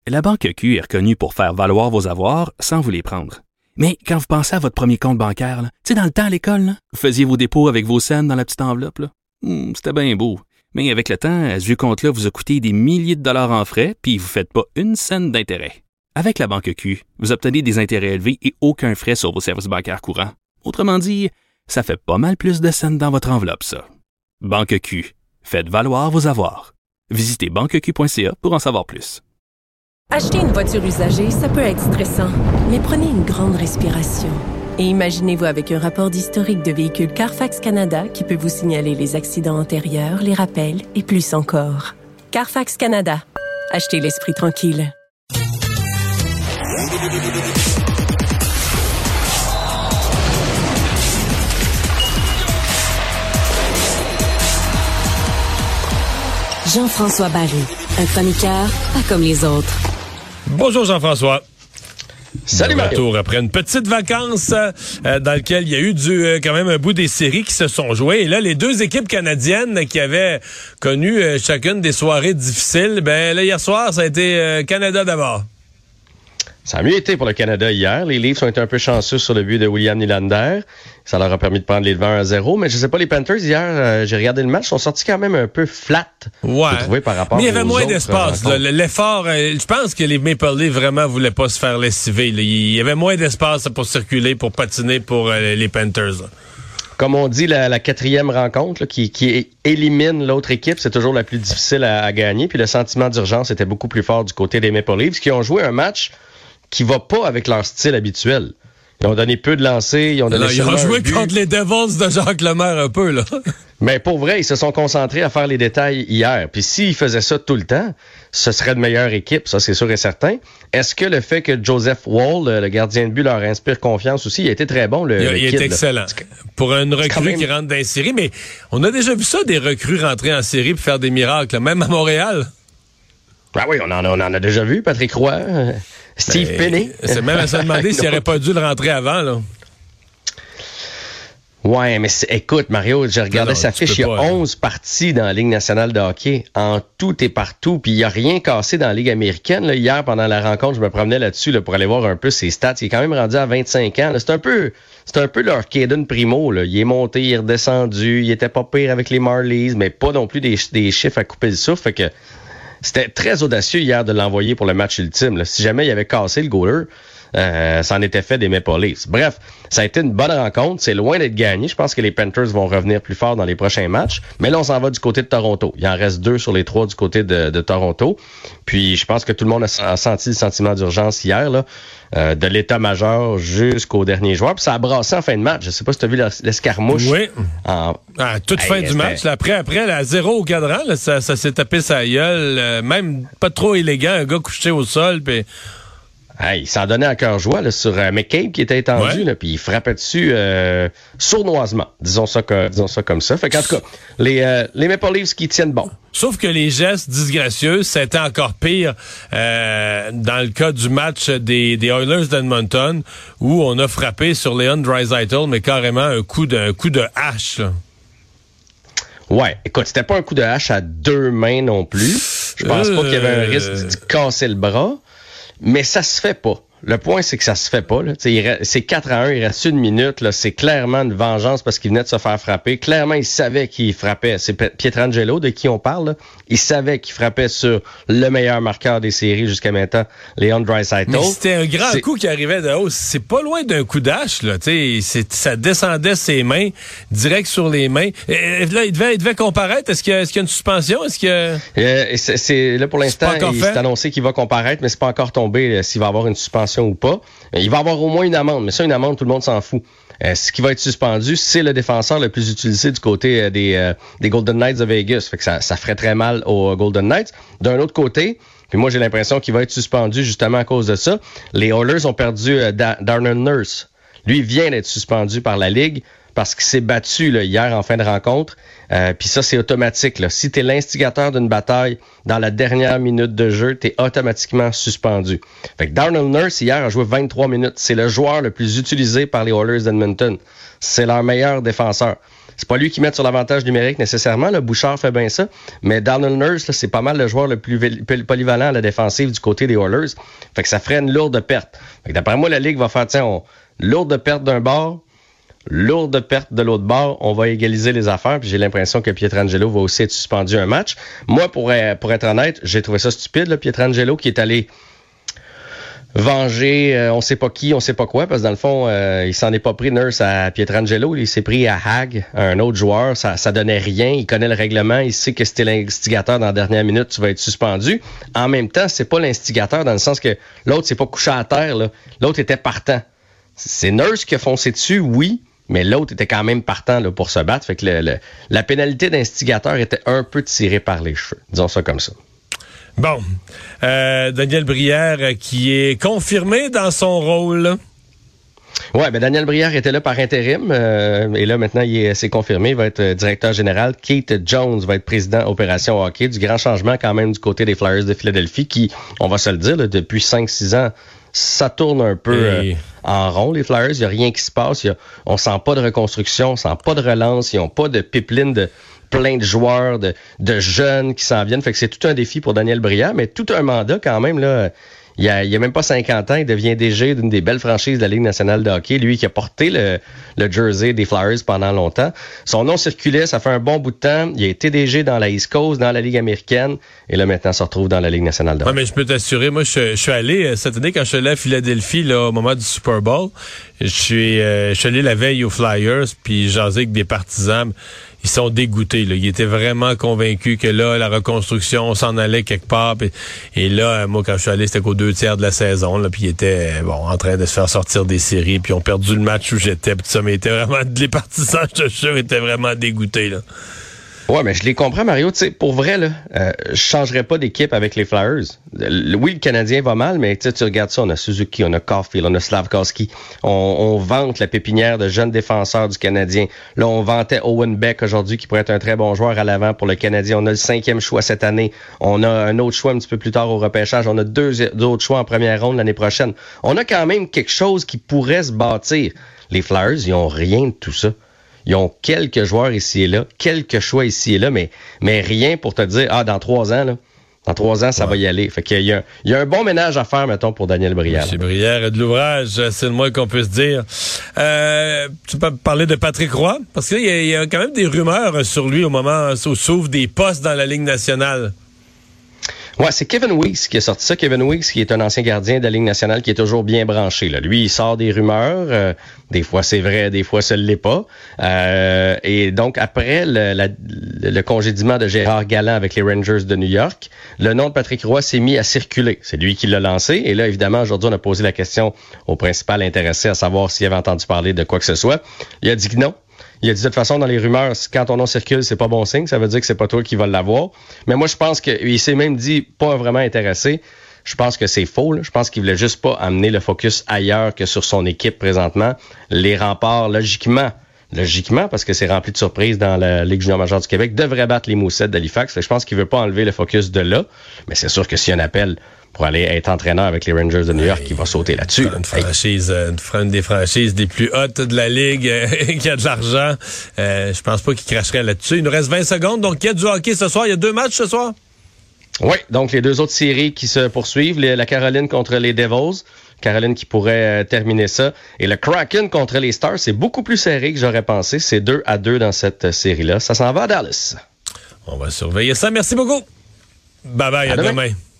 La Banque Q est reconnue pour faire valoir vos avoirs sans vous les prendre. Mais quand vous pensez à votre premier compte bancaire, tu sais, dans le temps à l'école, là, vous faisiez vos dépôts avec vos scènes dans la petite enveloppe. Là. C'était bien beau. Mais avec le temps, ce vieux compte-là vous a coûté des milliers de dollars en frais, puis vous ne faites pas une scène d'intérêt. Avec la Banque Q, vous obtenez des intérêts élevés et aucun frais sur vos services bancaires courants. Autrement dit, ça fait pas mal plus de scènes dans votre enveloppe, ça. Banque Q. Faites valoir vos avoirs. Visitez banqueq.ca pour en savoir plus. Acheter une voiture usagée, ça peut être stressant, mais prenez une grande respiration. Et imaginez-vous avec un rapport d'historique de véhicule Carfax Canada qui peut vous signaler les accidents antérieurs, les rappels et plus encore. Carfax Canada. Achetez l'esprit tranquille. Jean-François Barry, un chroniqueur pas comme les autres. Bonjour Jean-François. Salut Mario. Retour après une petite vacance dans laquelle il y a eu quand même un bout des séries qui se sont jouées. Et là, les deux équipes canadiennes qui avaient connu chacune des soirées difficiles, ben là, hier soir, ça a été Canada d'abord. Ça a mieux été pour le Canada hier. Les Leafs ont été un peu chanceux sur le but de William Nylander. Ça leur a permis de prendre les devants 1-0. Mais je sais pas, les Panthers, hier, j'ai regardé le match, sont sortis quand même un peu flat. Ouais. J'ai trouvé par rapport mais il y avait aux moins autres d'espace. Là. L'effort, je pense que les Maple Leafs vraiment voulaient pas se faire lessiver. Là. Il y avait moins d'espace pour circuler, pour patiner pour les Panthers. Là. Comme on dit, la quatrième rencontre là, qui élimine l'autre équipe, c'est toujours la plus difficile à gagner. Puis le sentiment d'urgence était beaucoup plus fort du côté des Maple Leafs, qui ont joué un match qui va pas avec leur style habituel. Ils ont donné peu de lancers. Ils ont joué contre les Devils de Jacques Lemaire un peu, là. Mais pour vrai, ils se sont concentrés à faire les détails hier. Puis s'ils faisaient ça tout le temps, ce serait de meilleure équipe, ça c'est sûr et certain. Est-ce que le fait que Joseph Woll, le gardien de but, leur inspire confiance aussi? Il a été très bon, il est excellent. Pour une recrue qui rentre dans les séries, mais on a déjà vu ça, des recrues rentrer en série pour faire des miracles, même à Montréal. Ah oui, on en a déjà vu, Patrick Roy, Steve Penney. C'est même à se demander s'il n'aurait pas dû le rentrer avant, là. Ouais, mais écoute, Mario, j'ai regardé sa fiche, il y a 11 parties dans la Ligue nationale de hockey, en tout et partout, puis il n'y a rien cassé dans la Ligue américaine. Là, hier, pendant la rencontre, je me promenais là-dessus là, pour aller voir un peu ses stats. Il est quand même rendu à 25 ans. Là. C'est un peu leur Caden Primo. Là. Il est monté, il est redescendu, il était pas pire avec les Marlies, mais pas non plus des chiffres à couper le souffle. Fait que c'était très audacieux hier de l'envoyer pour le match ultime. Là. Si jamais il avait cassé le goaler, ça en était fait des Maple Leafs. Bref, ça a été une bonne rencontre. C'est loin d'être gagné. Je pense que les Panthers vont revenir plus fort dans les prochains matchs. Mais là, on s'en va du côté de Toronto. Il en reste 2 sur les 3 du côté de Toronto. Puis, je pense que tout le monde a senti le sentiment d'urgence hier, là, de l'état-major jusqu'au dernier joueur. Puis ça a brassé en fin de match. Je sais pas si tu as vu l'escarmouche. Oui. À toute fin du match. Là, après la 0 au cadran, là, ça s'est tapé sa gueule. Même pas trop élégant. Un gars couché au sol. Puis... il s'en donnait à cœur joie là, sur McCabe qui était étendu, puis il frappait dessus sournoisement, disons ça comme ça. Fait qu'en tout cas, les Maple Leafs qui tiennent bon. Sauf que les gestes disgracieux, c'était encore pire dans le cas du match des Oilers d'Edmonton, où on a frappé sur Leon Draisaitl, mais carrément un coup de hache. Là. Ouais, écoute, c'était pas un coup de hache à 2 mains non plus. Je pense pas qu'il y avait un risque de casser le bras. Mais ça se fait pas. Le point, c'est que ça se fait pas. Là. C'est 4-1, il reste 1 minute. Là. C'est clairement une vengeance parce qu'il venait de se faire frapper. Clairement, il savait qu'il frappait. C'est Pietrangelo de qui on parle. Là. Il savait qu'il frappait sur le meilleur marqueur des séries jusqu'à maintenant, Leon Draisaitl. Mais c'était un grand coup qui arrivait de haut. C'est pas loin d'un coup d'hache. Là. Ça descendait ses mains, direct sur les mains. Et là, il devait comparaître. Est-ce qu'il y a une suspension? Est-ce que c'est là pour l'instant, il s'est annoncé qu'il va comparaître, mais c'est pas encore tombé s'il va avoir une suspension ou pas. Il va avoir au moins une amende, mais ça, une amende, tout le monde s'en fout. Ce qui va être suspendu, c'est le défenseur le plus utilisé du côté des Golden Knights de Vegas. Fait que ça ferait très mal aux Golden Knights. D'un autre côté, puis moi, j'ai l'impression qu'il va être suspendu justement à cause de ça. Les Oilers ont perdu Darnell Nurse. Lui, il vient d'être suspendu par la Ligue parce qu'il s'est battu là, hier en fin de rencontre. Puis ça, c'est automatique. Là. Si tu es l'instigateur d'une bataille dans la dernière minute de jeu, tu es automatiquement suspendu. Fait que Darnell Nurse, hier, a joué 23 minutes. C'est le joueur le plus utilisé par les Oilers d'Edmonton. C'est leur meilleur défenseur. C'est pas lui qui met sur l'avantage numérique nécessairement. Le Bouchard fait bien ça. Mais Darnell Nurse, là, c'est pas mal le joueur le plus polyvalent à la défensive du côté des Oilers. Fait que ça ferait une lourde perte. Fait que d'après moi, la Ligue va faire, lourde perte d'un bord, lourde perte de l'autre bord. On va égaliser les affaires. Puis j'ai l'impression que Pietrangelo va aussi être suspendu un match. Moi, pour être honnête, j'ai trouvé ça stupide, là, Pietrangelo qui est allé venger on sait pas qui, on sait pas quoi, parce que dans le fond, il s'en est pas pris Nurse à Pietrangelo, il s'est pris à Hag, un autre joueur, ça donnait rien, il connaît le règlement, il sait que c'était l'instigateur dans la dernière minute, tu vas être suspendu. En même temps, c'est pas l'instigateur dans le sens que l'autre s'est pas couché à terre, là. L'autre était partant. C'est Nurse qui a foncé dessus, oui, mais l'autre était quand même partant là, pour se battre, fait que la pénalité d'instigateur était un peu tirée par les cheveux, disons ça comme ça. Bon, Daniel Brière qui est confirmé dans son rôle. Ouais, ben Daniel Brière était là par intérim et là maintenant c'est confirmé, il va être directeur général. Keith Jones va être président opération hockey. Du grand changement quand même du côté des Flyers de Philadelphie qui, on va se le dire, là, depuis 5-6 ans, ça tourne un peu en rond, les Flyers. Il n'y a rien qui se passe. On sent pas de reconstruction, on sent pas de relance, ils n'ont pas de pipeline de plein de joueurs, de jeunes qui s'en viennent. Fait que c'est tout un défi pour Daniel Brière, mais tout un mandat quand même, là. Il y a même pas 50 ans, il devient DG d'une des belles franchises de la Ligue nationale de hockey. Lui qui a porté le jersey des Flyers pendant longtemps. Son nom circulait, ça fait un bon bout de temps. Il a été DG dans la East Coast, dans la Ligue américaine. Et là, maintenant, se retrouve dans la Ligue nationale de hockey. Ouais, mais je peux t'assurer, moi, je suis allé cette année, quand je suis allé à Philadelphie, là, au moment du Super Bowl, je suis allé la veille aux Flyers, puis jasé avec des partisans. Ils sont dégoûtés, là. Ils étaient vraiment convaincus que là, la reconstruction s'en allait quelque part. Et là, moi, quand je suis allé, c'était qu'aux 2/3 de la saison, là. Puis ils étaient, en train de se faire sortir des séries. Puis ils ont perdu le match où j'étais. Puis ça, mais les partisans, je te jure, étaient vraiment dégoûtés, là. Ouais, mais je les comprends, Mario. Tu sais, pour vrai, là, je changerais pas d'équipe avec les Flyers. Oui, le Canadien va mal, mais tu regardes ça, on a Suzuki, on a Caulfield, on a Slavkovski. On vante la pépinière de jeunes défenseurs du Canadien. Là, on vantait Owen Beck aujourd'hui, qui pourrait être un très bon joueur à l'avant pour le Canadien. On a le 5e choix cette année. On a un autre choix un petit peu plus tard au repêchage. On a 2 autres choix en première ronde l'année prochaine. On a quand même quelque chose qui pourrait se bâtir. Les Flyers, ils ont rien de tout ça. Ils ont quelques joueurs ici et là, quelques choix ici et là, mais rien pour te dire, dans 3 ans, là. Dans 3 ans, ça va y aller. Fait qu'il y a un bon ménage à faire, mettons, pour Daniel Brière. Monsieur Brière a de l'ouvrage, c'est le moins qu'on puisse dire. Tu peux parler de Patrick Roy? Parce qu'il y a quand même des rumeurs sur lui au moment où s'ouvrent des postes dans la Ligue nationale. Ouais, c'est Kevin Weeks qui a sorti ça. Kevin Weeks, qui est un ancien gardien de la Ligue nationale, qui est toujours bien branché, là. Lui, il sort des rumeurs. Des fois, c'est vrai, des fois, ça ne l'est pas. Et donc, après le congédiement de Gérard Galland avec les Rangers de New York, le nom de Patrick Roy s'est mis à circuler. C'est lui qui l'a lancé. Et là, évidemment, aujourd'hui, on a posé la question au principal intéressé à savoir s'il avait entendu parler de quoi que ce soit. Il a dit que non. Il a dit de toute façon, dans les rumeurs, quand ton nom circule, c'est pas bon signe. Ça veut dire que c'est pas toi qui vas l'avoir. Mais moi, je pense qu'il s'est même dit pas vraiment intéressé. Je pense que c'est faux, là. Je pense qu'il voulait juste pas amener le focus ailleurs que sur son équipe présentement. Les Remparts, logiquement, parce que c'est rempli de surprises dans la Ligue junior majeure du Québec, devraient battre les Moussets d'Halifax. Je pense qu'il veut pas enlever le focus de là. Mais c'est sûr que s'il y a un appel pour aller être entraîneur avec les Rangers de New York, il va sauter là-dessus. Une des franchises des plus hautes de la Ligue qui a de l'argent. Je pense pas qu'il cracherait là-dessus. Il nous reste 20 secondes. Donc, il y a du hockey ce soir. Il y a 2 matchs ce soir? Oui, donc les 2 autres séries qui se poursuivent. La Caroline contre les Devils. Caroline qui pourrait terminer ça. Et le Kraken contre les Stars, c'est beaucoup plus serré que j'aurais pensé. C'est 2-2 dans cette série-là. Ça s'en va à Dallas. On va surveiller ça. Merci beaucoup. Bye-bye. À demain.